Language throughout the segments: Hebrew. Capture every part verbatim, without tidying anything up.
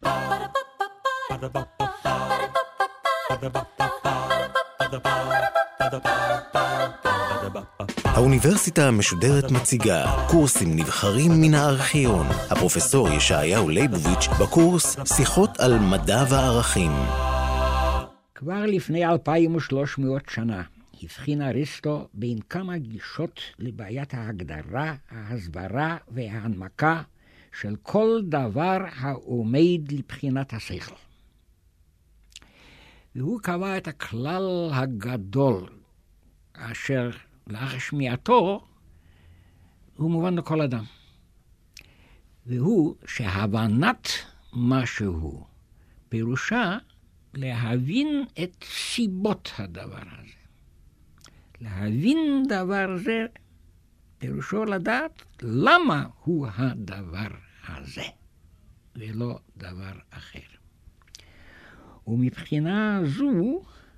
האוניברסיטה המשודרת מציגה קורסים נבחרים מן הארכיון. הפרופסור ישעיהו ליבוביץ' בקורס שיחות על מדע וערכים. כבר לפני אלפיים ושלוש מאות שנה הבחין אריסטו בין כמה גישות לבעיית ההגדרה, ההסברה וההנמקה של כל דבר העומד לבחינת השכל. והוא קבע את הכלל הגדול, אשר לאחר שמיעתו הוא מובן לכל אדם. והוא שהבנת משהו פירושה להבין את סיבות הדבר הזה. להבין דבר זה פירושו לדעת למה הוא הדבר הזה, ולא דבר אחר. ומבחינה זו,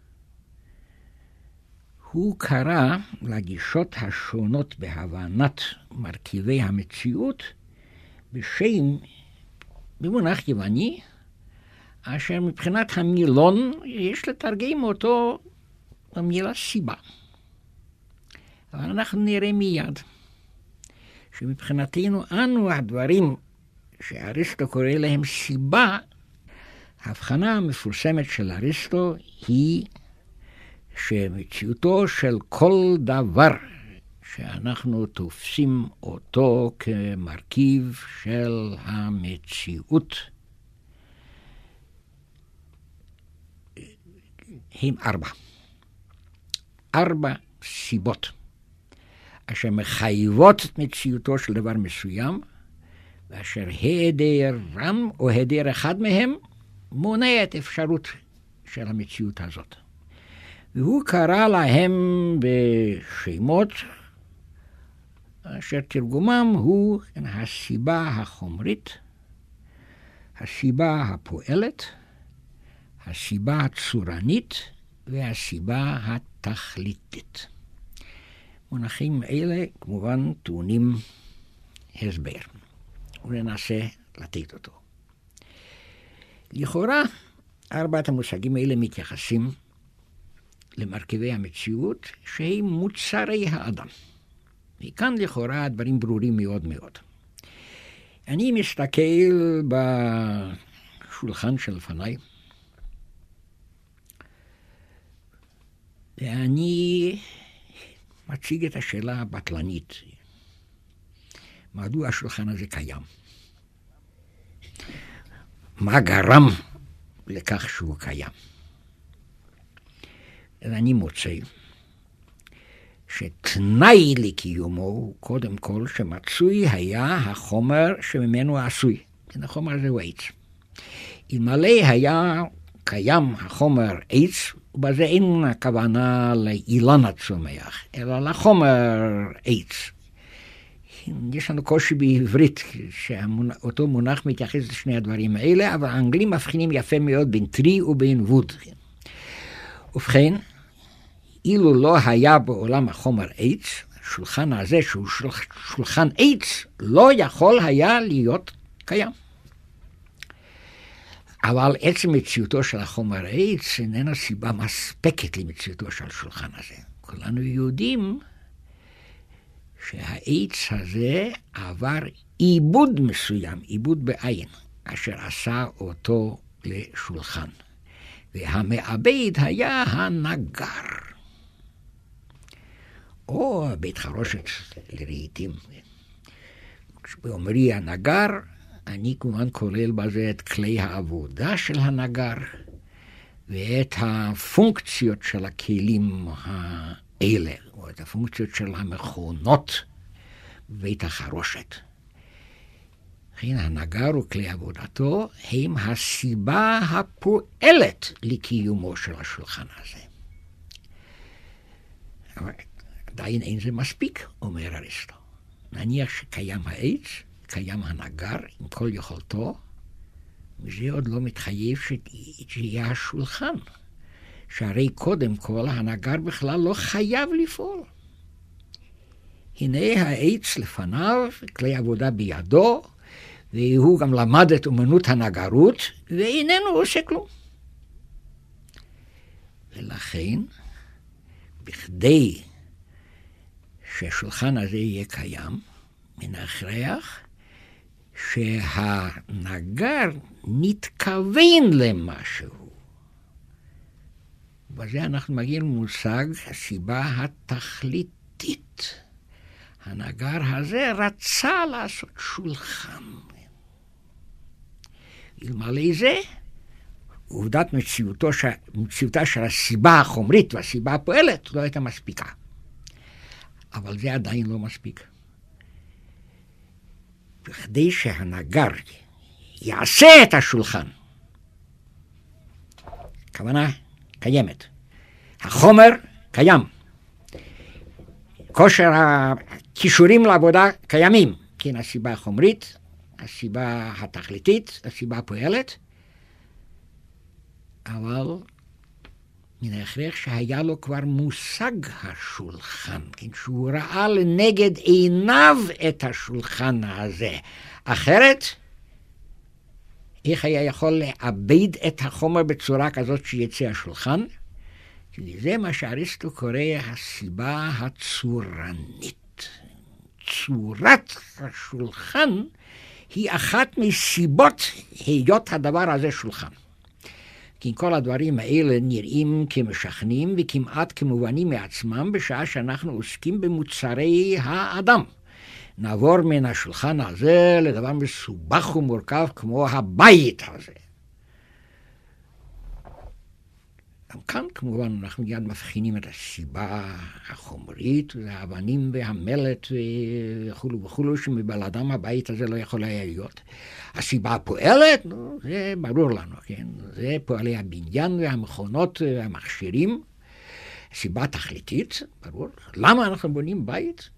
הוא קרא לגישות השונות בהבנת מרכיבי המציאות בשם, במונח יווני, אשר מבחינת המילון יש לתרגם אותו במילה סיבה. אבל אנחנו נראה מיד שמבחינתנו אנו הדברים שאריסטו קורא להם סיבה, ההבחנה המפורסמת של אריסטו היא שמציאותו של כל דבר שאנחנו תופסים אותו כמרכיב של המציאות הם ארבע. ארבע סיבות אשר מחייבות את מציאותו של דבר מסוים, ואשר היעדרם או היעדר אחד מהם מונע את אפשרות של המציאות הזאת. והוא קרא להם בשמות אשר תרגומם הוא הסיבה החומרית, הסיבה הפועלת, הסיבה הצורנית והסיבה התכליתית. מונחים אלה כמובן טעונים הסבר, וננסה לתת אותו. לכאורה, ארבעת המושגים האלה מתייחסים למרכיבי המציאות שהם מוצרי האדם. וכאן לכאורה הדברים ברורים מאוד מאוד. אני מסתכל בשולחן שלפניי, ואני מציג את השאלה הבטלנית. מדוע השולחן הזה קיים? מה גרם לכך שהוא קיים? ואני מוצא שתנאי לקיומו הוא קודם כל שמצוי היה החומר שממנו עשוי. החומר הזה הוא עץ. אלמלא היה קיים החומר עץ, ובזה אין הכוונה לאילן הצומח, אלא לחומר עץ. יש לנו קושי בעברית, שאותו מונח מתייחס לשני הדברים האלה, אבל האנגלים מבחינים יפה מאוד בין טרי ובין ווד. ובכן, אילו לא היה בעולם החומר עץ, השולחן הזה שהוא שולחן עץ, לא יכול היה להיות קיים. אבל עצם מציאותו של החומר עץ איננה סיבה מספקת למציאותו של השולחן הזה. כולנו יודעים שהעץ הזה עבר עיבוד מסוים, עיבוד בעין, אשר עשה אותו לשולחן. והמעבד היה הנגר. או בית חרושת לרהיטים. כשאומרי הנגר, אני כמובן כולל בזה את כלי העבודה של הנגר, ואת הפונקציות של הכלים האלה, או את הפונקציות של המכונות בבית החרושת. לכן הנגר וכלי עבודתו הם הסיבה הפועלת לקיומו של השולחן הזה. אבל עדיין אין זה מספיק, אומר אריסטו. נניח שקיים העץ, קיים הנגר עם כל יכולתו, וזה עוד לא מתחייב שיהיה השולחן. שהרי קודם כל הנגר בכלל לא חייב לפעול. הנה העץ לפניו, כלי עבודה בידו, והוא גם למד את אומנות הנגרות, ואיננו עושה כלום. ולכן, בכדי שהשולחן הזה יהיה קיים, מן ההכרח שהנגר נתכוון למשהו. בזה אנחנו מגיעים למושג הסיבה התכליתית. הנגר הזה רצה לעשות שולחן. אלמלא זה, עובדת מציאותו, מציאותה של הסיבה החומרית והסיבה הפועלת לא הייתה מספיקה. אבל זה עדיין לא מספיק. בכדי שהנגר יעשה את השולחן, כוונה קיימת. החומר קיים. כושר הכישורים לעבודה קיימים. כן, הסיבה החומרית, הסיבה התכליתית, הסיבה הפועלת, אבל מן ההכרח שהיה לו כבר מושג השולחן, כן, שהוא ראה לנגד עיניו את השולחן הזה. אחרת, איך היה יכול לאבד את החומר בצורה כזאת שיצא השולחן? כי זה מה שאריסטו קורא הסיבה הצורנית. צורת השולחן היא אחת מסיבות היות הדבר הזה שולחן. כי כל הדברים האלה נראים כמשכנים וכמעט כמובנים מעצמם בשעה שאנחנו עוסקים במוצרי האדם. נעבור מן השולחן הזה לדבר מסובך ומורכב כמו הבית הזה. גם כאן כמובן אנחנו מיד מבחינים את הסיבה החומרית והאבנים והמלט וכו' וכו' שמבלעדם הבית הזה לא יכול היה להיות. הסיבה הפועלת, נו, זה ברור לנו, כן? זה פועלי הבניין והמכונות והמכשירים. הסיבה תכליתית, ברור. למה אנחנו בונים בית?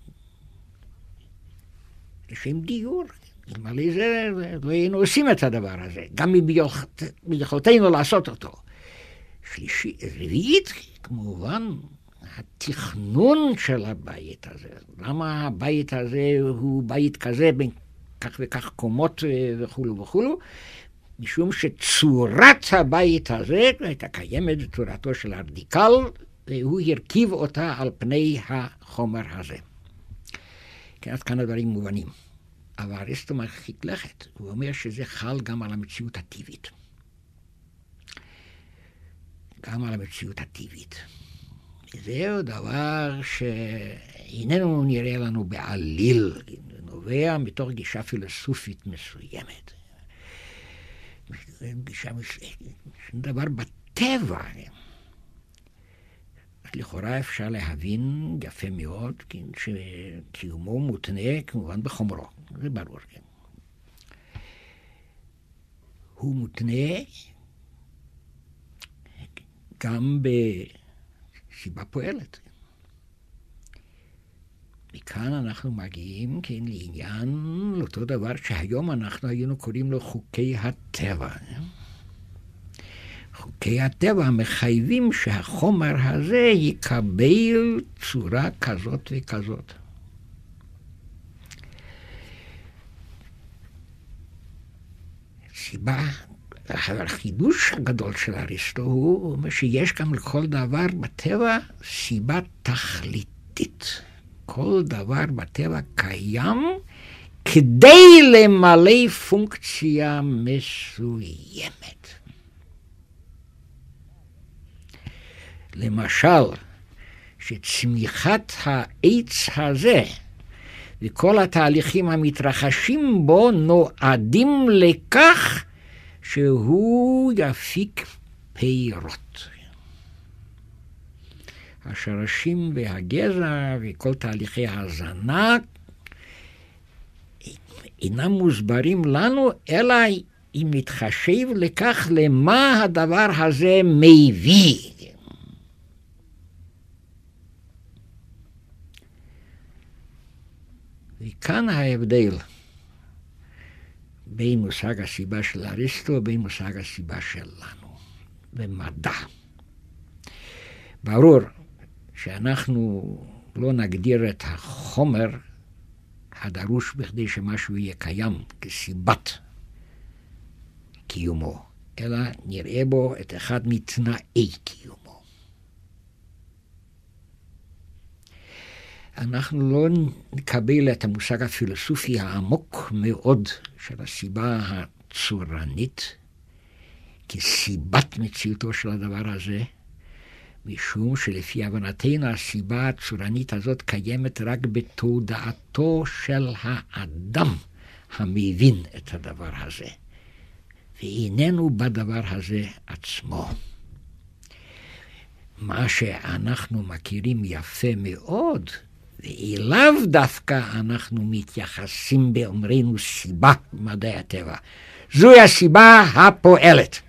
לשם דיור. אלמלא זה, לא היינו עושים את הדבר הזה. גם ביכולתנו לעשות אותו. שלישי, רביעית, כמובן, התכנון של הבית הזה. למה הבית הזה הוא בית כזה בין כך וכך קומות וכו' וכו'? משום שצורת הבית הזה הייתה קיימת בצורתו של הרדיקל, והוא הרכיב אותה על פני החומר הזה. כן, עד כאן הדברים מובנים. אבל אריסטו מרחיק לכת. הוא אומר שזה חל גם על המציאות הטבעית. גם על המציאות הטבעית. זהו דבר שאיננו נראה לנו בעליל, נובע מתוך גישה פילוסופית מסוימת. גישה מסוימת, דבר בטבע. לכאורה אפשר להבין יפה מאוד, שקיומו מותנה כמובן בחומרו, זה ברור. הוא מותנה גם בסיבה פועלת. מכאן אנחנו מגיעים כן, לעניין, לאותו דבר שהיום אנחנו היינו קוראים לו חוקי הטבע. חוקי הטבע מחייבים שהחומר הזה יקבל צורה כזאת וכזאת. סיבה, החידוש הגדול של אריסטו הוא אומר שיש גם לכל דבר בטבע סיבה תכליתית. כל דבר בטבע קיים כדי למלא פונקציה מסוימת. למשל, שצמיחת העץ הזה וכל התהליכים המתרחשים בו נועדים לכך שהוא יפיק פירות. השרשים והגזע וכל תהליכי ההזנה אינם מוסברים לנו, אלא אם נתחשב לכך למה הדבר הזה מביא. וכאן ההבדל בין מושג הסיבה של אריסטו ובין מושג הסיבה שלנו במדע. ברור שאנחנו לא נגדיר את החומר הדרוש בכדי שמשהו יהיה קיים כסיבת קיומו, אלא נראה בו את אחד מתנאי קיומו. אנחנו לא נקבל את המושג הפילוסופי העמוק מאוד של הסיבה הצורנית כסיבת מציאותו של הדבר הזה, משום שלפי הבנתנו הסיבה הצורנית הזאת קיימת רק בתודעתו של האדם המבין את הדבר הזה, ואיננו בדבר הזה עצמו. מה שאנחנו מכירים יפה מאוד, ואליו דווקא אנחנו מתייחסים באומרנו סיבה במדעי הטבע. זוהי הסיבה הפועלת.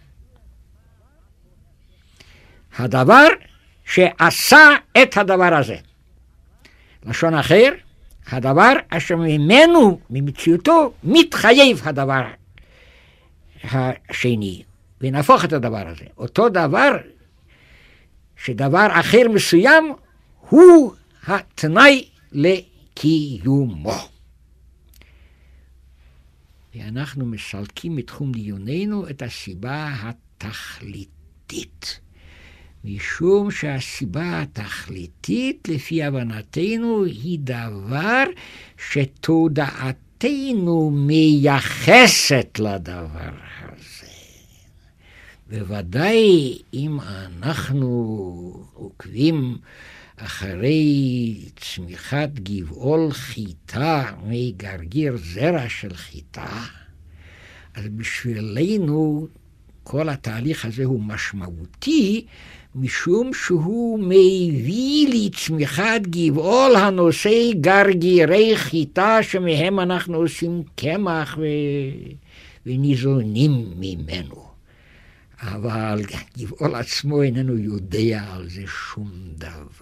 הדבר שעשה את הדבר הזה. לשון אחר, הדבר אשר ממנו, ממציאותו, מתחייב הדבר השני, ונהפוך את הדבר הזה. אותו דבר, שדבר אחר מסוים, הוא התנאי לקיומו. ואנחנו מסלקים מתחום דיוננו את הסיבה התכליתית. משום שהסיבה התכליתית, לפי הבנתנו, היא דבר שתודעתנו מייחסת לדבר הזה. בוודאי אם אנחנו עוקבים אחרי צמיחת גבעול חיטה מגרגיר זרע של חיטה, אז בשבילנו כל התהליך הזה הוא משמעותי, משום שהוא מביא לצמיחת גבעול הנושא גרגירי חיטה, שמהם אנחנו עושים קמח ו... וניזונים ממנו. אבל גבעול עצמו איננו יודע על זה שום דבר.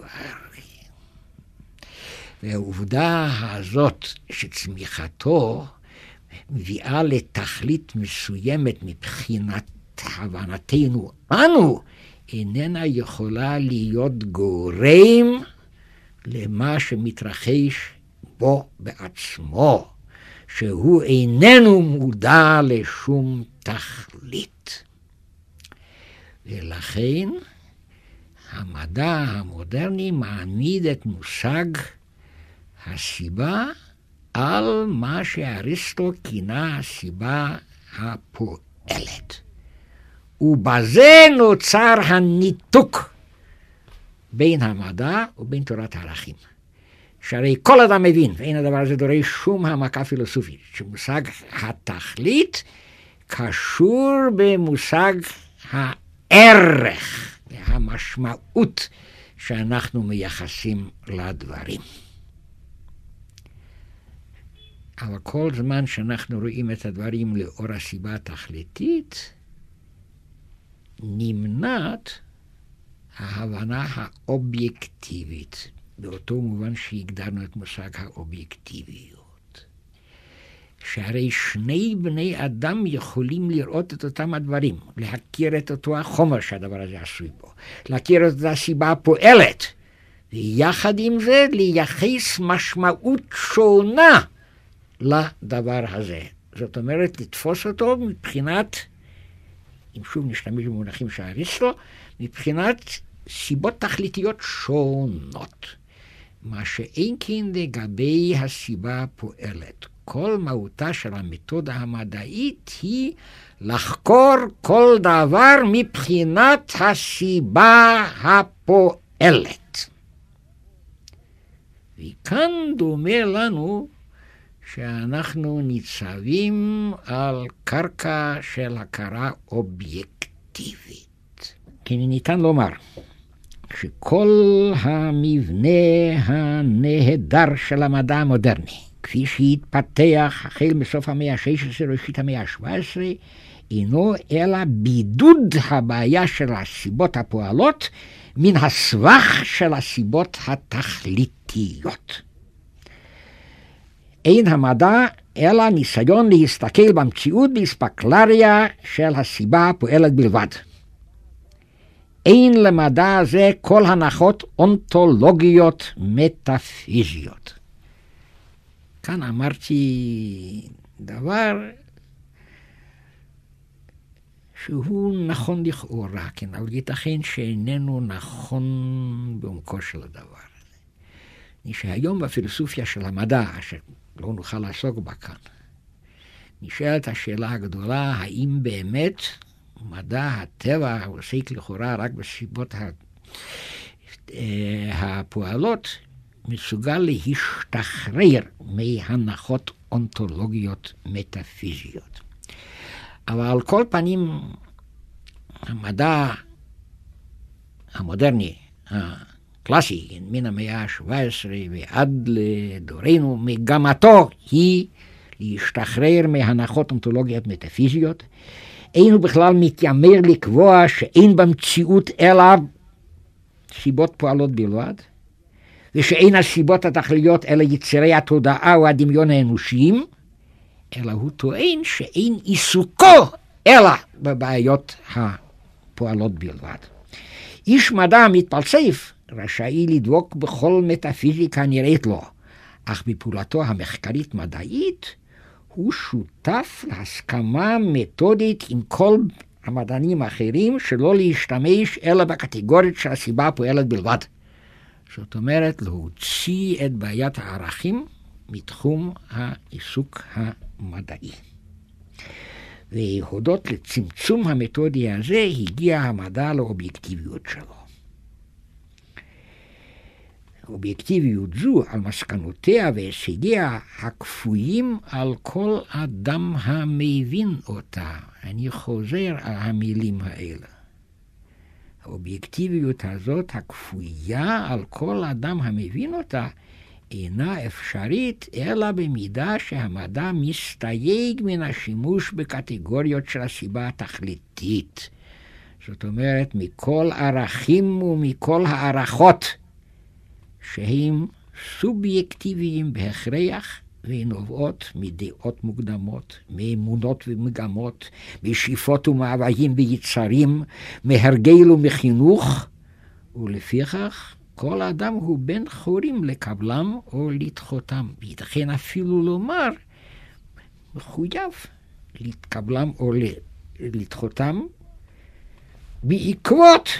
והעובדה הזאת שצמיחתו מביאה לתכלית מסוימת מבחינת הבנתנו אנו, איננה יכולה להיות גורם למה שמתרחש בו בעצמו, שהוא איננו מודע לשום תכלית. ולכן המדע המודרני מעמיד את מושג הסיבה על מה שאריסטו כינה הסיבה הפועלת. ובזה נוצר הניתוק בין המדע ובין תורת הערכים. שהרי כל אדם מבין, ואין הדבר הזה דורש שום העמקה פילוסופית, שמושג התכלית קשור במושג הערך והמשמעות שאנחנו מייחסים לדברים. אבל כל זמן שאנחנו רואים את הדברים לאור הסיבה התכליתית, נמנעת ההבנה האובייקטיבית, באותו מובן שהגדרנו את מושג האובייקטיביות. שהרי שני בני אדם יכולים לראות את אותם הדברים, להכיר את אותו החומר שהדבר הזה עשוי בו, להכיר את הסיבה הפועלת, ויחד עם זה לייחס משמעות שונה לדבר הזה. זאת אומרת, לתפוס אותו מבחינת, אם שוב נשתמש במונחים של אריסטו, מבחינת סיבות תכליתיות שונות. מה שאין כן לגבי הסיבה הפועלת. כל מהותה של המתודה המדעית היא לחקור כל דבר מבחינת הסיבה הפועלת. וכאן דומה לנו שאנחנו ניצבים על קרקע של הכרה אובייקטיבית. כי ניתן לומר שכל המבנה הנהדר של המדע המודרני, כפי שהתפתח החל מסוף המאה ה-שש עשרה וראשית המאה ה-שבע עשרה, אינו אלא בידוד הבעיה של הסיבות הפועלות מן הסבך של הסיבות התכליתיות. אין המדע אלא ניסיון להסתכל במציאות באספקלריה של הסיבה הפועלת בלבד. אין למדע הזה כל הנחות אונתולוגיות מטאפיזיות. כאן אמרתי דבר שהוא נכון לכאורה, כן, אבל ייתכן שאיננו נכון בעומקו של הדבר. שהיום בפילוסופיה של המדע, שלא נוכל לעסוק בה כאן, נשאלת השאלה הגדולה, האם באמת מדע הטבע עוסק לכאורה רק בסיבות הפועלות, מסוגל להשתחרר מהנחות אונתולוגיות מטאפיזיות. אבל על כל פנים, המדע המודרני, הקלאסי, מן המאה ה-שבע עשרה ועד לדורנו, מגמתו היא להשתחרר מהנחות אונתולוגיות מטאפיזיות. אין הוא בכלל מתיימר לקבוע שאין במציאות אלא סיבות פועלות בלבד, ושאין הסיבות התכליות אלא יצירי התודעה או הדמיון האנושיים, אלא הוא טוען שאין עיסוקו אלא בבעיות הפועלות בלבד. איש מדע מתפלסף רשאי לדבוק בכל מטאפיזיקה נראית לו, אך בפעולתו המחקרית מדעית הוא שותף להסכמה מתודית עם כל המדענים האחרים שלא להשתמש אלא בקטגוריות של הסיבה הפועלת בלבד. זאת אומרת, להוציא את בעיית הערכים מתחום העיסוק המדעי. והודות לצמצום המתודי הזה הגיע המדע לאובייקטיביות שלו. אובייקטיביות זו על מסקנותיה והישגיה הכפויים על כל אדם המבין אותה. אני חוזר על המילים האלה. האובייקטיביות הזאת הכפויה על כל אדם המבין אותה אינה אפשרית אלא במידה שהמדע מסתייג מן השימוש בקטגוריות של הסיבה התכליתית. זאת אומרת, מכל ערכים ומכל הערכות שהם סובייקטיביים בהכרח ונובעות מדעות מוקדמות, מאמונות ומגמות, משאיפות ומאוויים ביצרים, מהרגל ומחינוך, ולפיכך כל אדם הוא בן חורים לקבלם או לדחותם. ייתכן אפילו לומר מחויב להתקבלם או לדחותם בעקבות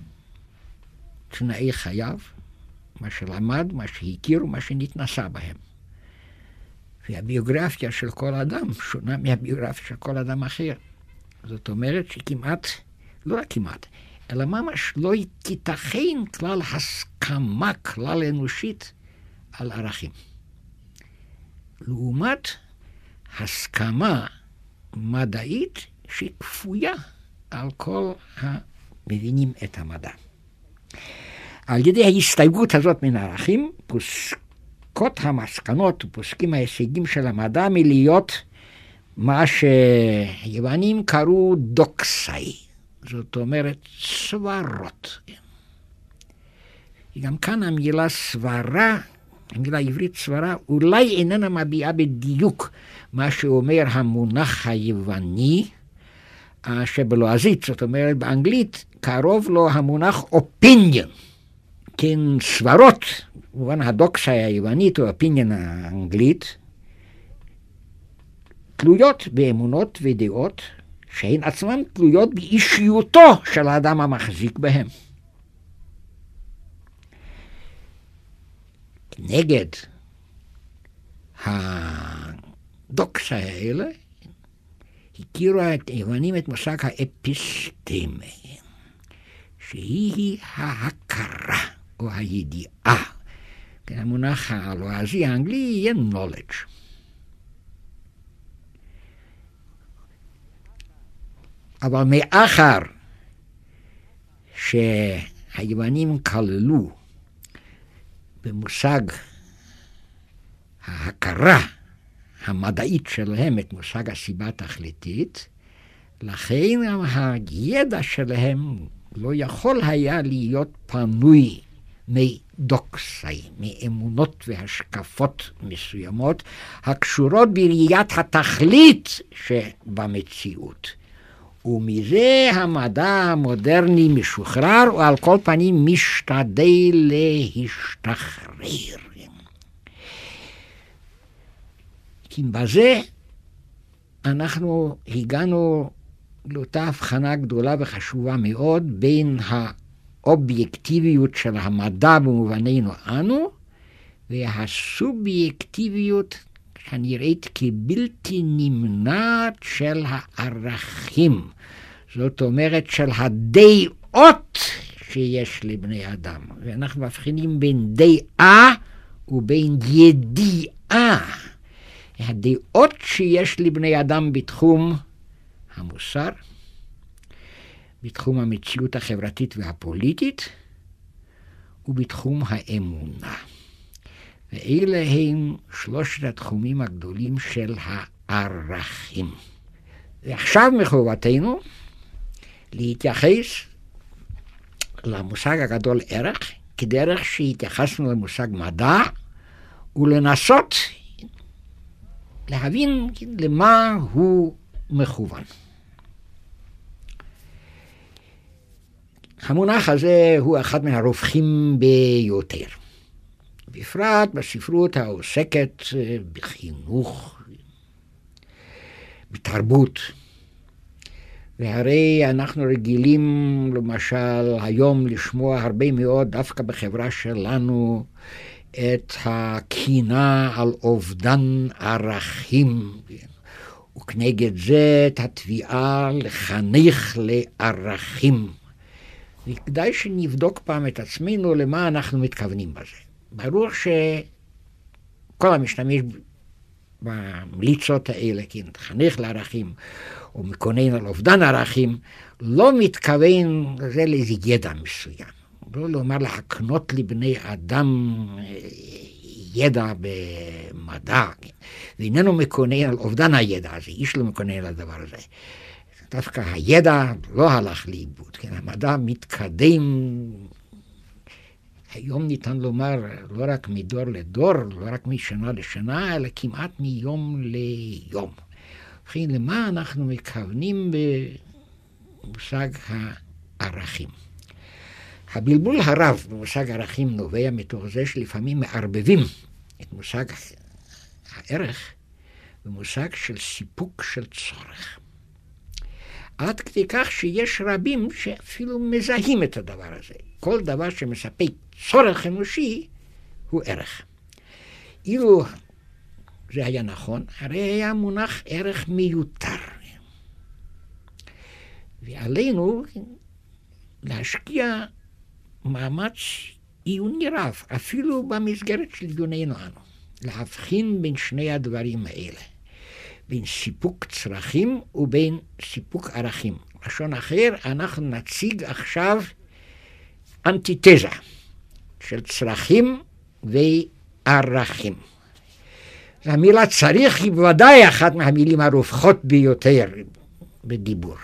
תנאי חייו, מה שלמד, מה שהכיר ומה שנתנסה בהם. והביוגרפיה של כל אדם שונה מהביוגרפיה של כל אדם אחר. זאת אומרת שכמעט, לא רק כמעט, אלא ממש לא תיתכן כלל הסכמה כלל אנושית על ערכים. לעומת הסכמה מדעית שכפויה על כל המבינים את המדע. על ידי ההסתייגות הזאת מן הערכים, פוסקות המסקנות ופוסקים ההישגים של המדע מלהיות מה שיוונים קראו דוקסאי. זאת אומרת סברות. גם כאן המילה סברה, המילה העברית סברה, אולי איננה מביעה בדיוק מה שאומר המונח היווני, שבלועזית, זאת אומרת באנגלית, קרוב לו המונח opinion. כן, סברות, במובן הדוקסה היוונית או opinion האנגלית, תלויות באמונות ודעות, שהן עצמן תלויות באישיותו של האדם המחזיק בהם. נגד הדוקסה האלה, הכירו את היוונים את מושג האפיסטמה, שהיא ההכרה או הידיעה. המונח הלועזי האנגלי יהיה knowledge. אבל מאחר שהיוונים כללו במושג ההכרה המדעית שלהם את מושג הסיבה התכליתית, לכן הידע שלהם לא יכול היה להיות פנוי מדוקסאי, מאמונות והשקפות מסוימות הקשורות בראיית התכלית שבמציאות. ומזה המדע המודרני משוחרר, ועל כל פנים משתדל להשתחרר. כי בזה אנחנו הגענו לאותה הבחנה גדולה וחשובה מאוד בין האובייקטיביות של המדע במובננו אנו, והסובייקטיביות הנראית כבלתי נמנעת של הערכים. זאת אומרת של הדעות שיש לבני אדם. ואנחנו מבחינים בין דעה ובין ידיעה. הדעות שיש לבני אדם בתחום המוסר, בתחום המציאות החברתית והפוליטית, ובתחום האמונה. ואלה הם שלושת התחומים הגדולים של הערכים. ועכשיו מחובתנו להתייחס למושג הגדול ערך, כדרך שהתייחסנו למושג מדע, ולנסות להבין למה הוא מכוון. המונח הזה הוא אחד מן הרווחים ביותר, בפרט בספרות העוסקת בחינוך, בתרבות. והרי אנחנו רגילים למשל היום לשמוע הרבה מאוד דווקא בחברה שלנו את הקינה על אובדן ערכים, וכנגד זה את התביעה לחנך לערכים. וכדאי שנבדוק פעם את עצמנו למה אנחנו מתכוונים בזה. ברור שכל המשתמש במליצות האלה, כי תחנך לערכים או מקונן על אובדן ערכים, לא מתכוון לזה לאיזה ידע מסוים. לא לומר להקנות לבני אדם ידע במדע, ואיננו מקונן על אובדן הידע הזה, איש לא מקונן על הדבר הזה. דווקא הידע לא הלך לאיבוד, כן? המדע מתקדם, היום ניתן לומר לא רק מדור לדור, לא רק משנה לשנה, אלא כמעט מיום ליום. וכן, למה אנחנו מכוונים במושג הערכים? הבלבול הרב במושג ערכים נובע מתוך זה שלפעמים מערבבים את מושג הערך במושג של סיפוק של צורך. עד כדי כך שיש רבים שאפילו מזהים את הדבר הזה. כל דבר שמספק צורך אנושי הוא ערך. אילו זה היה נכון, הרי היה מונח ערך מיותר. ועלינו להשקיע מאמץ עיוני רב, אפילו במסגרת של דיוננו אנו, להבחין בין שני הדברים האלה. בין סיפוק צרכים ובין סיפוק ערכים. לשון אחר, אנחנו נציג עכשיו אנטיתזה של צרכים וערכים. המילה צריך היא בוודאי אחת מהמילים הרווחות ביותר בדיבור.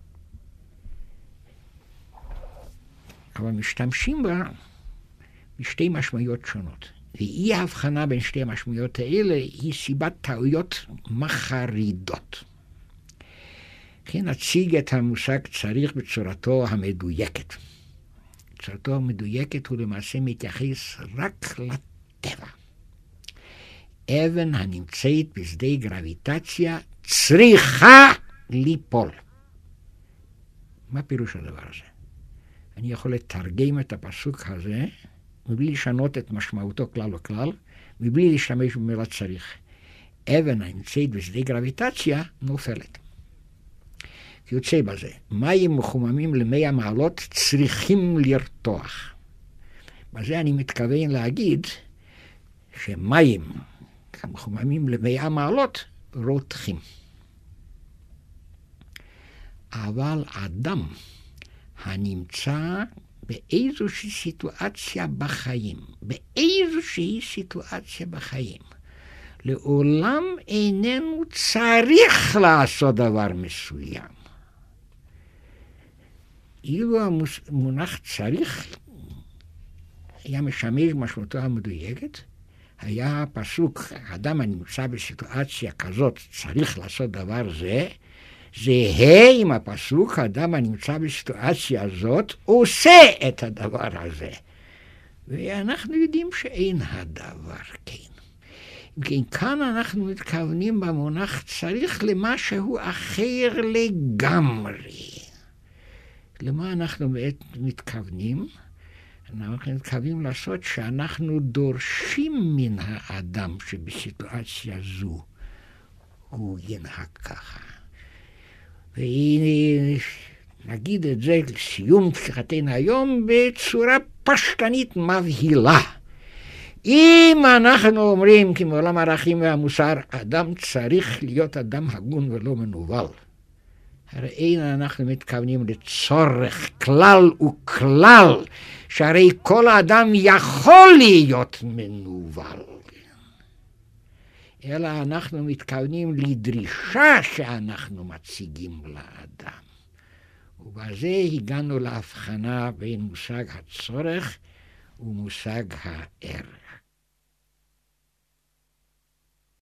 אבל משתמשים בה בשתי משמעויות שונות. ואי ההבחנה בין שתי המשמעויות האלה היא סיבת טעויות מחרידות. כן, נציג את המושג צריך בצורתו המדויקת. צורתו המדויקת הוא למעשה מתייחס רק לטבע. אבן הנמצאת בשדה גרביטציה צריכה ליפול. מה פירוש הדבר הזה? אני יכול לתרגם את הפסוק הזה מבלי לשנות את משמעותו כלל וכלל, מבלי להשתמש במילה צריך. אבן הנמצאת בשדה גרביטציה נופלת. יוצא בזה, מים מחוממים למאה מעלות צריכים לרתוח. בזה אני מתכוון להגיד שמים מחוממים למאה מעלות רותחים. אבל אדם הנמצא באיזושהי סיטואציה בחיים, באיזושהי סיטואציה בחיים, לעולם איננו צריך לעשות דבר מסוים. אילו המונח צריך היה משמש משמעותו המדויקת, היה הפסוק, האדם הנמצא בסיטואציה כזאת צריך לעשות דבר זה, זהה עם הפסוק, האדם הנמצא בסיטואציה הזאת עושה את הדבר הזה. ואנחנו יודעים שאין הדבר כן. אם כן, כאן אנחנו מתכוונים במונח צריך למשהו אחר לגמרי. למה אנחנו מתכוונים? אנחנו מתכוונים לעשות שאנחנו דורשים מן האדם שבסיטואציה זו הוא ינהג ככה. והנה נגיד את זה לסיום שיחתנו היום בצורה פשטנית מבהילה. אם אנחנו אומרים כי מעולם הערכים והמוסר אדם צריך להיות אדם הגון ולא מנוול, הרי אין אנחנו מתכוונים לצורך כלל וכלל, שהרי כל האדם יכול להיות מנוול. אלא אנחנו מתכוונים לדרישה שאנחנו מציגים לאדם. ובזה הגענו להבחנה בין מושג הצורך ומושג הערך.